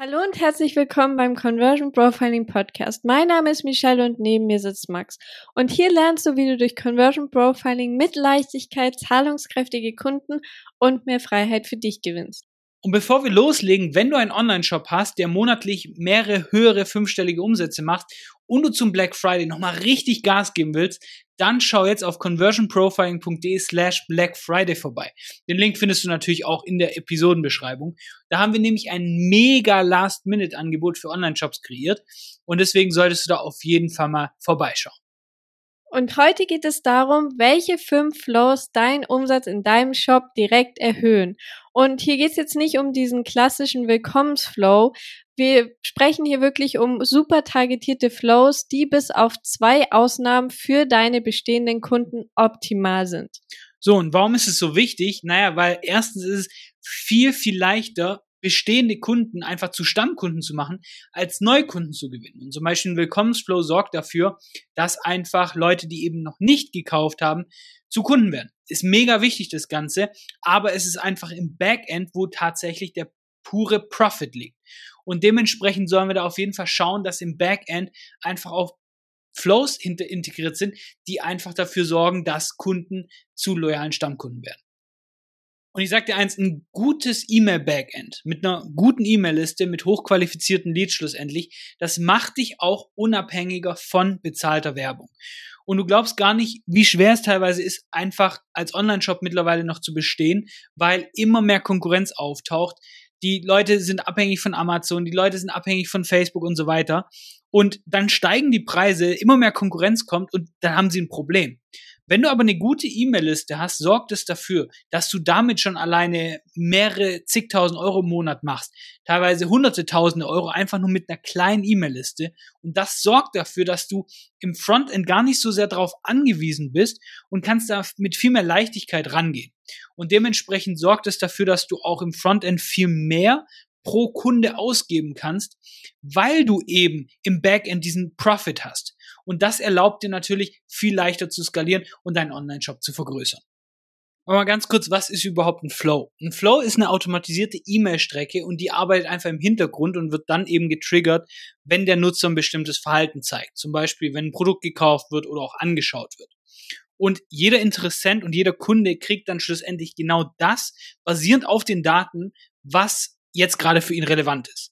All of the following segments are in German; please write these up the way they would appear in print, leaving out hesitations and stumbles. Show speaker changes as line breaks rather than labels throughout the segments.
Hallo und herzlich willkommen beim Conversion Profiling Podcast. Mein Name ist Michelle und neben mir sitzt Max. Und hier lernst du, wie du durch Conversion Profiling mit Leichtigkeit zahlungskräftige Kunden und mehr Freiheit für dich gewinnst.
Und bevor wir loslegen, wenn du einen Online-Shop hast, der monatlich mehrere höhere fünfstellige Umsätze macht und du zum Black Friday nochmal richtig Gas geben willst, dann schau jetzt auf conversionprofiling.de/Black Friday vorbei. Den Link findest du natürlich auch in der Episodenbeschreibung. Da haben wir nämlich ein mega Last-Minute-Angebot für Online-Shops kreiert und deswegen solltest du da auf jeden Fall mal vorbeischauen.
Und heute geht es darum, welche 5 Flows deinen Umsatz in deinem Shop direkt erhöhen. Und hier geht es jetzt nicht um diesen klassischen Willkommensflow. Wir sprechen hier wirklich um super targetierte Flows, die bis auf 2 Ausnahmen für deine bestehenden Kunden optimal sind.
So, und warum ist es so wichtig? Naja, weil erstens ist es viel leichter, bestehende Kunden einfach zu Stammkunden zu machen, als Neukunden zu gewinnen. Und zum Beispiel ein Willkommensflow sorgt dafür, dass einfach Leute, die eben noch nicht gekauft haben, zu Kunden werden. Ist mega wichtig, das Ganze, aber es ist einfach im Backend, wo tatsächlich der pure Profit liegt. Und dementsprechend sollen wir da auf jeden Fall schauen, dass im Backend einfach auch Flows integriert sind, die einfach dafür sorgen, dass Kunden zu loyalen Stammkunden werden. Und ich sag dir eins, ein gutes E-Mail-Backend mit einer guten E-Mail-Liste, mit hochqualifizierten Leads schlussendlich, das macht dich auch unabhängiger von bezahlter Werbung. Und du glaubst gar nicht, wie schwer es teilweise ist, einfach als Online-Shop mittlerweile noch zu bestehen, weil immer mehr Konkurrenz auftaucht. Die Leute sind abhängig von Amazon, die Leute sind abhängig von Facebook und so weiter. Und dann steigen die Preise, immer mehr Konkurrenz kommt und dann haben sie ein Problem. Wenn du aber eine gute E-Mail-Liste hast, sorgt es dafür, dass du damit schon alleine mehrere zigtausend Euro im Monat machst. Teilweise hunderte tausende Euro einfach nur mit einer kleinen E-Mail-Liste. Und das sorgt dafür, dass du im Frontend gar nicht so sehr darauf angewiesen bist und kannst da mit viel mehr Leichtigkeit rangehen. Und dementsprechend sorgt es dafür, dass du auch im Frontend viel mehr pro Kunde ausgeben kannst, weil du eben im Backend diesen Profit hast. Und das erlaubt dir natürlich viel leichter zu skalieren und deinen Online-Shop zu vergrößern. Aber mal ganz kurz, was ist überhaupt ein Flow? Ein Flow ist eine automatisierte E-Mail-Strecke und die arbeitet einfach im Hintergrund und wird dann eben getriggert, wenn der Nutzer ein bestimmtes Verhalten zeigt. Zum Beispiel, wenn ein Produkt gekauft wird oder auch angeschaut wird. Und jeder Interessent und jeder Kunde kriegt dann schlussendlich genau das, basierend auf den Daten, was jetzt gerade für ihn relevant ist.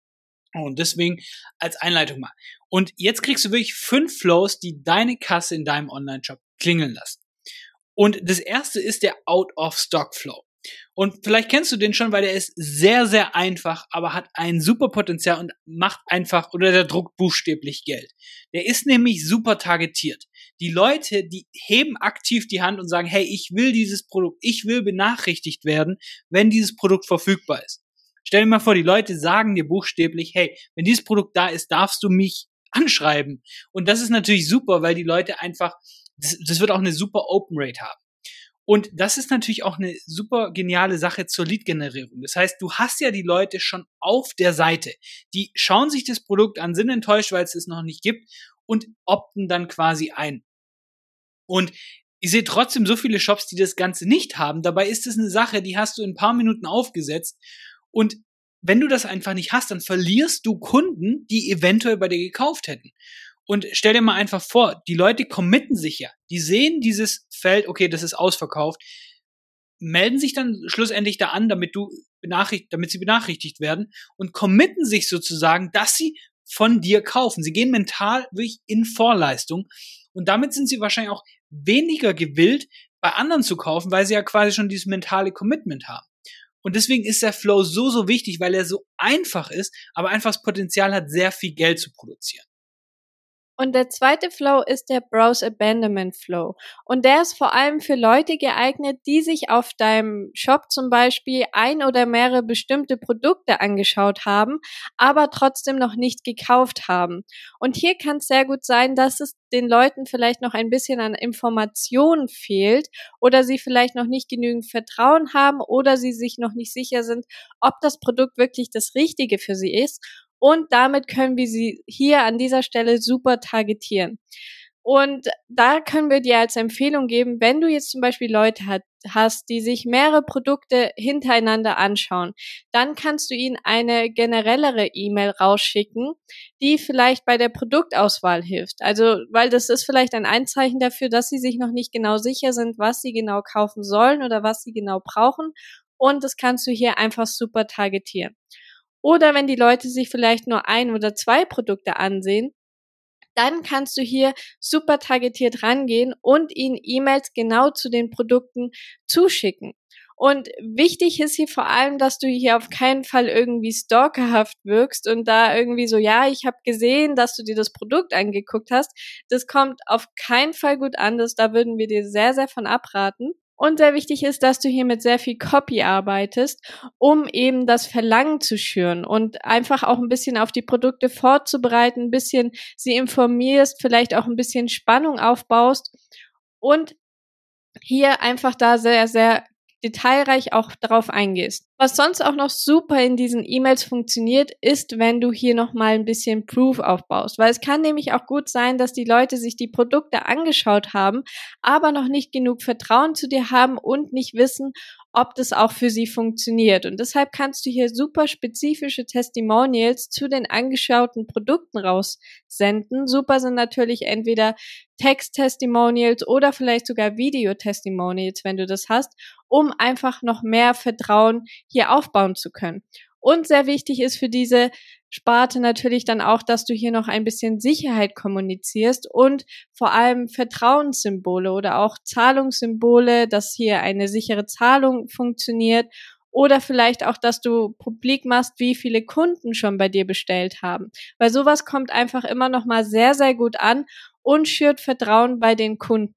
Und deswegen als Einleitung mal. Und jetzt kriegst du wirklich 5 Flows, die deine Kasse in deinem Online-Shop klingeln lassen. Und das erste ist der Out-of-Stock-Flow. Und vielleicht kennst du den schon, weil der ist sehr, sehr einfach, aber hat ein super Potenzial und macht einfach, oder der druckt buchstäblich Geld. Der ist nämlich super targetiert. Die Leute, die heben aktiv die Hand und sagen, hey, ich will dieses Produkt, ich will benachrichtigt werden, wenn dieses Produkt verfügbar ist. Stell dir mal vor, die Leute sagen dir buchstäblich, hey, wenn dieses Produkt da ist, darfst du mich anschreiben. Und das ist natürlich super, weil die Leute einfach, das wird auch eine super Open Rate haben. Und das ist natürlich auch eine super geniale Sache zur Lead-Generierung. Das heißt, du hast ja die Leute schon auf der Seite. Die schauen sich das Produkt an, sind enttäuscht, weil es es noch nicht gibt und opten dann quasi ein. Und ich sehe trotzdem so viele Shops, die das Ganze nicht haben. Dabei ist es eine Sache, die hast du in ein paar Minuten aufgesetzt. Und wenn du das einfach nicht hast, dann verlierst du Kunden, die eventuell bei dir gekauft hätten. Und stell dir mal einfach vor, die Leute committen sich ja. Die sehen dieses Feld, okay, das ist ausverkauft, melden sich dann schlussendlich da an, damit sie benachrichtigt werden und committen sich sozusagen, dass sie von dir kaufen. Sie gehen mental wirklich in Vorleistung und damit sind sie wahrscheinlich auch weniger gewillt, bei anderen zu kaufen, weil sie ja quasi schon dieses mentale Commitment haben. Und deswegen ist der Flow so wichtig, weil er so einfach ist, aber einfach das Potenzial hat, sehr viel Geld zu produzieren.
Und der zweite Flow ist der Browse Abandonment Flow. Und der ist vor allem für Leute geeignet, die sich auf deinem Shop zum Beispiel ein oder mehrere bestimmte Produkte angeschaut haben, aber trotzdem noch nicht gekauft haben. Und hier kann es sehr gut sein, dass es den Leuten vielleicht noch ein bisschen an Informationen fehlt oder sie vielleicht noch nicht genügend Vertrauen haben oder sie sich noch nicht sicher sind, ob das Produkt wirklich das Richtige für sie ist. Und damit können wir sie hier an dieser Stelle super targetieren. Und da können wir dir als Empfehlung geben, wenn du jetzt zum Beispiel Leute hast, die sich mehrere Produkte hintereinander anschauen, dann kannst du ihnen eine generellere E-Mail rausschicken, die vielleicht bei der Produktauswahl hilft. Also, weil das ist vielleicht ein Anzeichen dafür, dass sie sich noch nicht genau sicher sind, was sie genau kaufen sollen oder was sie genau brauchen. Und das kannst du hier einfach super targetieren. Oder wenn die Leute sich vielleicht nur 1 oder 2 Produkte ansehen, dann kannst du hier super targetiert rangehen und ihnen E-Mails genau zu den Produkten zuschicken. Und wichtig ist hier vor allem, dass du hier auf keinen Fall irgendwie stalkerhaft wirkst und da irgendwie so, ja, ich habe gesehen, dass du dir das Produkt angeguckt hast. Das kommt auf keinen Fall gut an. Da würden wir dir sehr, sehr von abraten. Und sehr wichtig ist, dass du hier mit sehr viel Copy arbeitest, um eben das Verlangen zu schüren und einfach auch ein bisschen auf die Produkte vorzubereiten, ein bisschen sie informierst, vielleicht auch ein bisschen Spannung aufbaust und hier einfach da sehr, sehr detailreich auch darauf eingehst. Was sonst auch noch super in diesen E-Mails funktioniert, ist, wenn du hier nochmal ein bisschen Proof aufbaust. Weil es kann nämlich auch gut sein, dass die Leute sich die Produkte angeschaut haben, aber noch nicht genug Vertrauen zu dir haben und nicht wissen, ob das auch für sie funktioniert. Und deshalb kannst du hier super spezifische Testimonials zu den angeschauten Produkten raussenden. Super sind natürlich entweder Text-Testimonials oder vielleicht sogar Video-Testimonials, wenn du das hast, um einfach noch mehr Vertrauen hier aufbauen zu können. Und sehr wichtig ist für diese Sparte natürlich dann auch, dass du hier noch ein bisschen Sicherheit kommunizierst und vor allem Vertrauenssymbole oder auch Zahlungssymbole, dass hier eine sichere Zahlung funktioniert oder vielleicht auch, dass du publik machst, wie viele Kunden schon bei dir bestellt haben. Weil sowas kommt einfach immer noch mal sehr, sehr gut an und schürt Vertrauen bei den Kunden.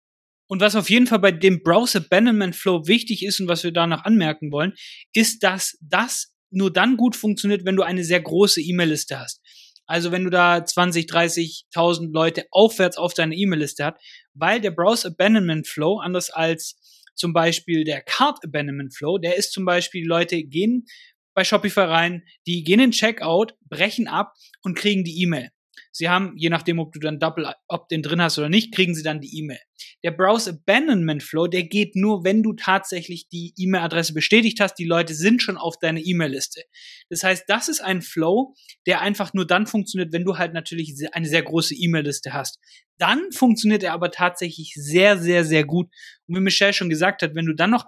Und was auf jeden Fall bei dem Browse Abandonment Flow wichtig ist und was wir da noch anmerken wollen, ist, dass das nur dann gut funktioniert, wenn du eine sehr große E-Mail-Liste hast. Also wenn du da 20, 30.000 Leute aufwärts auf deiner E-Mail-Liste hast, weil der Browse Abandonment Flow, anders als zum Beispiel der Cart Abandonment Flow, der ist zum Beispiel, die Leute gehen bei Shopify rein, die gehen in Checkout, brechen ab und kriegen die E-Mail. Sie haben, je nachdem, ob du dann Double Opt-in drin hast oder nicht, kriegen sie dann die E-Mail. Der Browse Abandonment Flow, der geht nur, wenn du tatsächlich die E-Mail-Adresse bestätigt hast. Die Leute sind schon auf deiner E-Mail-Liste. Das heißt, das ist ein Flow, der einfach nur dann funktioniert, wenn du halt natürlich eine sehr große E-Mail-Liste hast. Dann funktioniert er aber tatsächlich sehr, sehr, sehr gut. Und wie Michelle schon gesagt hat, wenn du dann noch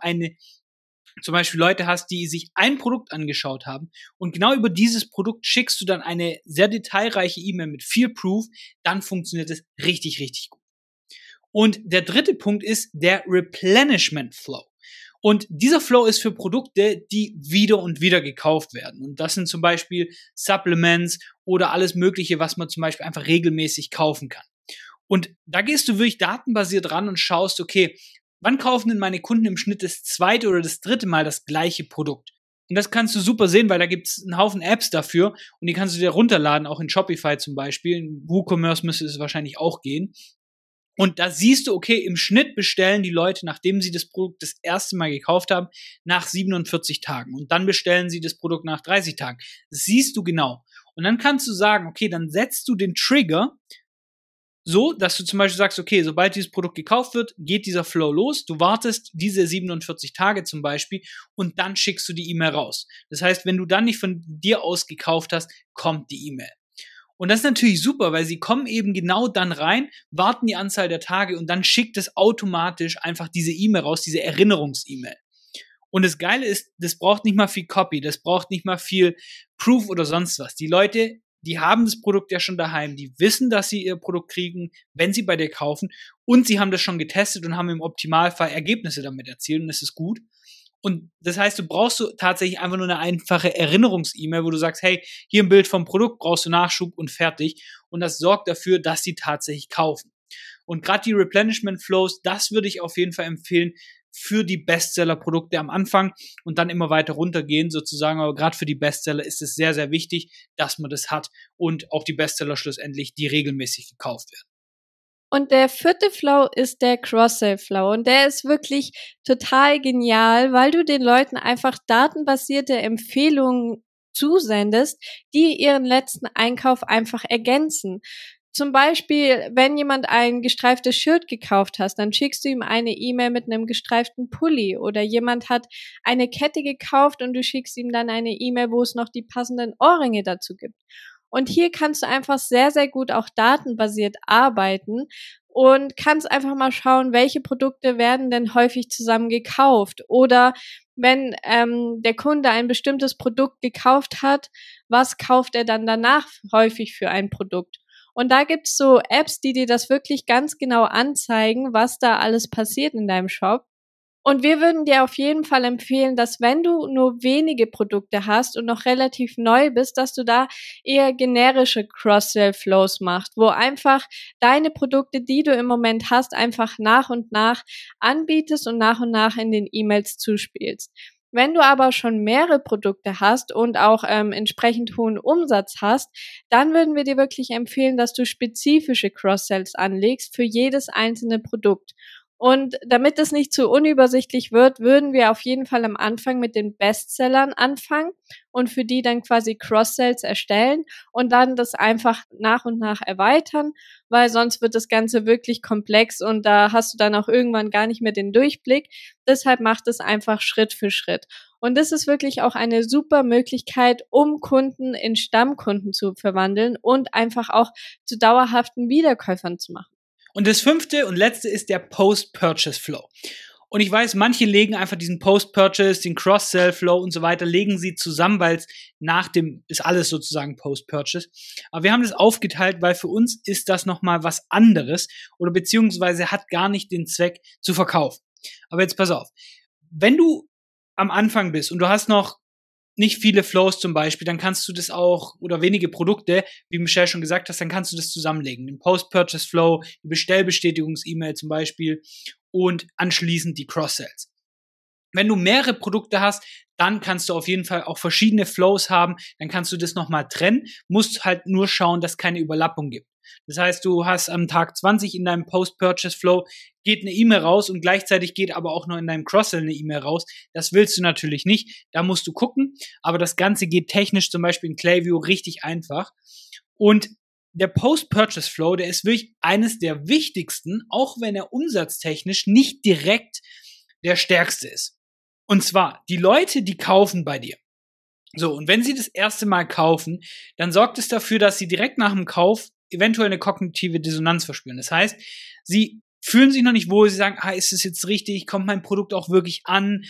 zum Beispiel Leute hast, die sich ein Produkt angeschaut haben und genau über dieses Produkt schickst du dann eine sehr detailreiche E-Mail mit viel Proof, dann funktioniert es richtig, richtig gut. Und der dritte Punkt ist der Replenishment Flow. Und dieser Flow ist für Produkte, die wieder und wieder gekauft werden. Und das sind zum Beispiel Supplements oder alles Mögliche, was man zum Beispiel einfach regelmäßig kaufen kann. Und da gehst du wirklich datenbasiert ran und schaust, okay, wann kaufen denn meine Kunden im Schnitt das zweite oder das dritte Mal das gleiche Produkt? Und das kannst du super sehen, weil da gibt es einen Haufen Apps dafür und die kannst du dir runterladen, auch in Shopify zum Beispiel. In WooCommerce müsste es wahrscheinlich auch gehen. Und da siehst du, okay, im Schnitt bestellen die Leute, nachdem sie das Produkt das erste Mal gekauft haben, nach 47 Tagen. Und dann bestellen sie das Produkt nach 30 Tagen. Das siehst du genau. Und dann kannst du sagen, okay, dann setzt du den Trigger so, dass du zum Beispiel sagst, okay, sobald dieses Produkt gekauft wird, geht dieser Flow los. Du wartest diese 47 Tage zum Beispiel und dann schickst du die E-Mail raus. Das heißt, wenn du dann nicht von dir aus gekauft hast, kommt die E-Mail. Und das ist natürlich super, weil sie kommen eben genau dann rein, warten die Anzahl der Tage und dann schickt es automatisch einfach diese E-Mail raus, diese Erinnerungs-E-Mail. Und das Geile ist, das braucht nicht mal viel Copy, das braucht nicht mal viel Proof oder sonst was. Die Leute, die haben das Produkt ja schon daheim, die wissen, dass sie ihr Produkt kriegen, wenn sie bei dir kaufen und sie haben das schon getestet und haben im Optimalfall Ergebnisse damit erzielt und das ist gut. Und das heißt, du brauchst tatsächlich einfach nur eine einfache Erinnerungs-E-Mail, wo du sagst, hey, hier ein Bild vom Produkt, brauchst du Nachschub und fertig. Und das sorgt dafür, dass sie tatsächlich kaufen. Und gerade die Replenishment Flows, das würde ich auf jeden Fall empfehlen für die Bestseller-Produkte am Anfang und dann immer weiter runtergehen sozusagen. Aber gerade für die Bestseller ist es sehr, sehr wichtig, dass man das hat und auch die Bestseller schlussendlich, die regelmäßig gekauft werden.
Und der 4. Flow ist der Cross-Sell-Flow. Und der ist wirklich total genial, weil du den Leuten einfach datenbasierte Empfehlungen zusendest, die ihren letzten Einkauf einfach ergänzen. Zum Beispiel, wenn jemand ein gestreiftes Shirt gekauft hast, dann schickst du ihm eine E-Mail mit einem gestreiften Pulli, oder jemand hat eine Kette gekauft und du schickst ihm dann eine E-Mail, wo es noch die passenden Ohrringe dazu gibt. Und hier kannst du einfach sehr, sehr gut auch datenbasiert arbeiten und kannst einfach mal schauen, welche Produkte werden denn häufig zusammen gekauft, oder wenn der Kunde ein bestimmtes Produkt gekauft hat, was kauft er dann danach häufig für ein Produkt? Und da gibt's so Apps, die dir das wirklich ganz genau anzeigen, was da alles passiert in deinem Shop. Und wir würden dir auf jeden Fall empfehlen, dass wenn du nur wenige Produkte hast und noch relativ neu bist, dass du da eher generische Cross-Sell-Flows machst, wo einfach deine Produkte, die du im Moment hast, einfach nach und nach anbietest und nach in den E-Mails zuspielst. Wenn du aber schon mehrere Produkte hast und auch entsprechend hohen Umsatz hast, dann würden wir dir wirklich empfehlen, dass du spezifische Cross-Sells anlegst für jedes einzelne Produkt. Und damit es nicht zu unübersichtlich wird, würden wir auf jeden Fall am Anfang mit den Bestsellern anfangen und für die dann quasi Cross-Sells erstellen und dann das einfach nach und nach erweitern, weil sonst wird das Ganze wirklich komplex und da hast du dann auch irgendwann gar nicht mehr den Durchblick. Deshalb macht es einfach Schritt für Schritt. Und das ist wirklich auch eine super Möglichkeit, um Kunden in Stammkunden zu verwandeln und einfach auch zu dauerhaften Wiederkäufern zu machen.
Und das 5. und letzte ist der Post-Purchase-Flow. Und ich weiß, manche legen einfach diesen Post-Purchase, den Cross-Sell-Flow und so weiter, legen sie zusammen, weil es nach dem ist alles sozusagen Post-Purchase. Aber wir haben das aufgeteilt, weil für uns ist das nochmal was anderes oder beziehungsweise hat gar nicht den Zweck zu verkaufen. Aber jetzt pass auf. Wenn du am Anfang bist und du hast noch nicht viele Flows zum Beispiel, dann kannst du das auch, oder wenige Produkte, wie Michelle schon gesagt hat, dann kannst du das zusammenlegen. Den Post-Purchase-Flow, die Bestellbestätigungs-E-Mail zum Beispiel und anschließend die Cross-Sells. Wenn du mehrere Produkte hast, dann kannst du auf jeden Fall auch verschiedene Flows haben, dann kannst du das nochmal trennen, musst halt nur schauen, dass es keine Überlappung gibt. Das heißt, du hast am Tag 20 in deinem Post-Purchase-Flow geht eine E-Mail raus und gleichzeitig geht aber auch noch in deinem Cross-Sell eine E-Mail raus. Das willst du natürlich nicht. Da musst du gucken. Aber das Ganze geht technisch zum Beispiel in Klaviyo richtig einfach. Und der Post-Purchase-Flow, der ist wirklich eines der wichtigsten, auch wenn er umsatztechnisch nicht direkt der stärkste ist. Und zwar, die Leute, die kaufen bei dir. So, und wenn sie das erste Mal kaufen, dann sorgt es dafür, dass sie direkt nach dem Kauf eventuell eine kognitive Dissonanz verspüren. Das heißt, sie fühlen sich noch nicht wohl, sie sagen, ist es jetzt richtig, kommt mein Produkt auch wirklich an,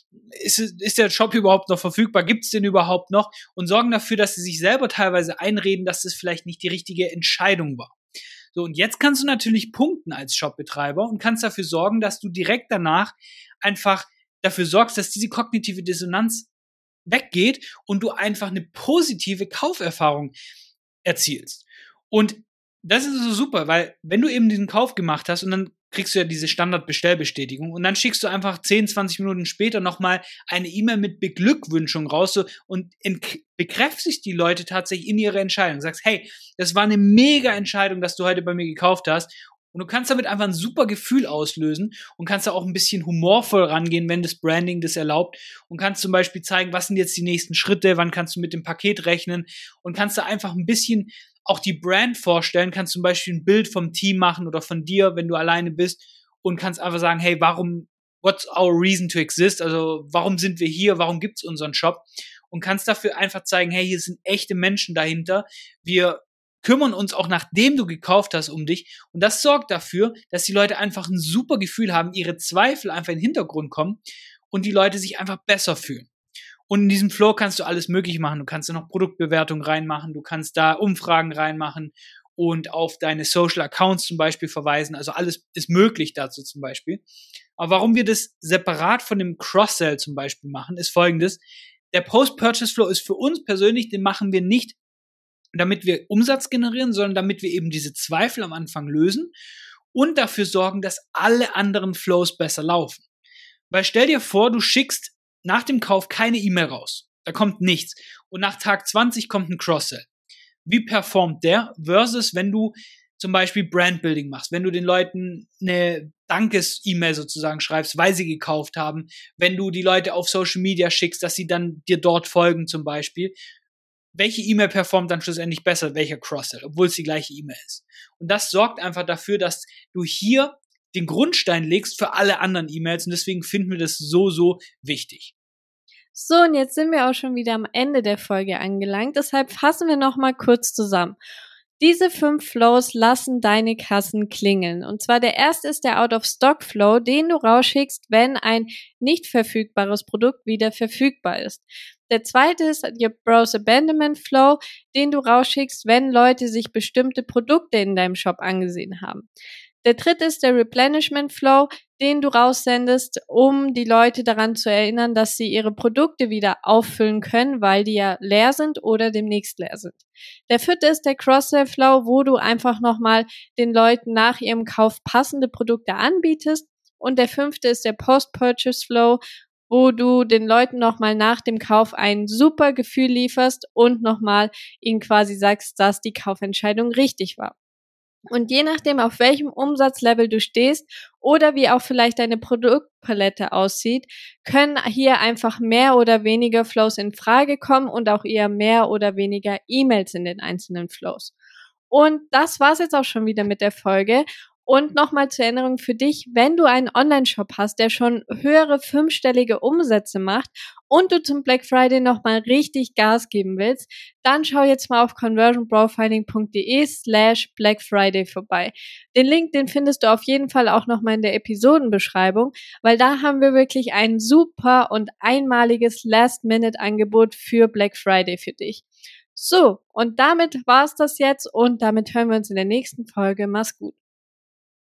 ist der Shop überhaupt noch verfügbar, gibt es den überhaupt noch, und sorgen dafür, dass sie sich selber teilweise einreden, dass das vielleicht nicht die richtige Entscheidung war. So, und jetzt kannst du natürlich punkten als Shopbetreiber und kannst dafür sorgen, dass du direkt danach einfach dafür sorgst, dass diese kognitive Dissonanz weggeht und du einfach eine positive Kauferfahrung erzielst. Und das ist so super, weil wenn du eben diesen Kauf gemacht hast und dann kriegst du ja diese Standard-Bestellbestätigung und dann schickst du einfach 10, 20 Minuten später nochmal eine E-Mail mit Beglückwünschung raus so, und bekräftigst die Leute tatsächlich in ihrer Entscheidung. Sagst, hey, das war eine mega Entscheidung, dass du heute bei mir gekauft hast. Und du kannst damit einfach ein super Gefühl auslösen und kannst da auch ein bisschen humorvoll rangehen, wenn das Branding das erlaubt, und kannst zum Beispiel zeigen, was sind jetzt die nächsten Schritte, wann kannst du mit dem Paket rechnen, und kannst da einfach ein bisschen auch die Brand vorstellen, kannst zum Beispiel ein Bild vom Team machen oder von dir, wenn du alleine bist, und kannst einfach sagen, hey, what's our reason to exist, also warum sind wir hier, warum gibt's unseren Shop, und kannst dafür einfach zeigen, hey, hier sind echte Menschen dahinter, wir kümmern uns auch, nachdem du gekauft hast, um dich, und das sorgt dafür, dass die Leute einfach ein super Gefühl haben, ihre Zweifel einfach in den Hintergrund kommen und die Leute sich einfach besser fühlen. Und in diesem Flow kannst du alles möglich machen. Du kannst da noch Produktbewertung reinmachen, du kannst da Umfragen reinmachen und auf deine Social Accounts zum Beispiel verweisen. Also alles ist möglich dazu zum Beispiel. Aber warum wir das separat von dem Cross-Sell zum Beispiel machen, ist folgendes. Der Post-Purchase-Flow ist für uns persönlich, den machen wir nicht, damit wir Umsatz generieren, sondern damit wir eben diese Zweifel am Anfang lösen und dafür sorgen, dass alle anderen Flows besser laufen. Weil stell dir vor, du schickst nach dem Kauf keine E-Mail raus. Da kommt nichts. Und nach Tag 20 kommt ein Cross-Sell. Wie performt der? Versus wenn du zum Beispiel Brandbuilding machst, wenn du den Leuten eine Dankes-E-Mail sozusagen schreibst, weil sie gekauft haben, wenn du die Leute auf Social Media schickst, dass sie dann dir dort folgen zum Beispiel. welche E-Mail performt dann schlussendlich besser, welcher Cross-Sell, obwohl es die gleiche E-Mail ist. Und das sorgt einfach dafür, dass du hier den Grundstein legst für alle anderen E-Mails und deswegen finden wir das so wichtig.
So, und jetzt sind wir auch schon wieder am Ende der Folge angelangt, deshalb fassen wir nochmal kurz zusammen. Diese 5 Flows lassen deine Kassen klingeln. Und zwar der erste ist der Out-of-Stock-Flow, den du rausschickst, wenn ein nicht verfügbares Produkt wieder verfügbar ist. Der zweite ist der Browse Abandonment Flow, den du rausschickst, wenn Leute sich bestimmte Produkte in deinem Shop angesehen haben. Der dritte ist der Replenishment Flow, den du raussendest, um die Leute daran zu erinnern, dass sie ihre Produkte wieder auffüllen können, weil die ja leer sind oder demnächst leer sind. Der vierte ist der Cross-Sell Flow, wo du einfach nochmal den Leuten nach ihrem Kauf passende Produkte anbietest. Und der fünfte ist der Post-Purchase Flow, wo du den Leuten nochmal nach dem Kauf ein super Gefühl lieferst und nochmal ihnen quasi sagst, dass die Kaufentscheidung richtig war. Und je nachdem, auf welchem Umsatzlevel du stehst oder wie auch vielleicht deine Produktpalette aussieht, können hier einfach mehr oder weniger Flows in Frage kommen und auch eher mehr oder weniger E-Mails in den einzelnen Flows. Und das war's jetzt auch schon wieder mit der Folge. Und nochmal zur Erinnerung für dich, wenn du einen Online-Shop hast, der schon höhere 5-stellige Umsätze macht und du zum Black Friday nochmal richtig Gas geben willst, dann schau jetzt mal auf conversionprofiling.de/Black Friday vorbei. Den Link, den findest du auf jeden Fall auch nochmal in der Episodenbeschreibung, weil da haben wir wirklich ein super und einmaliges Last-Minute-Angebot für Black Friday für dich. So, und damit war's das jetzt und damit hören wir uns in der nächsten Folge. Mach's gut.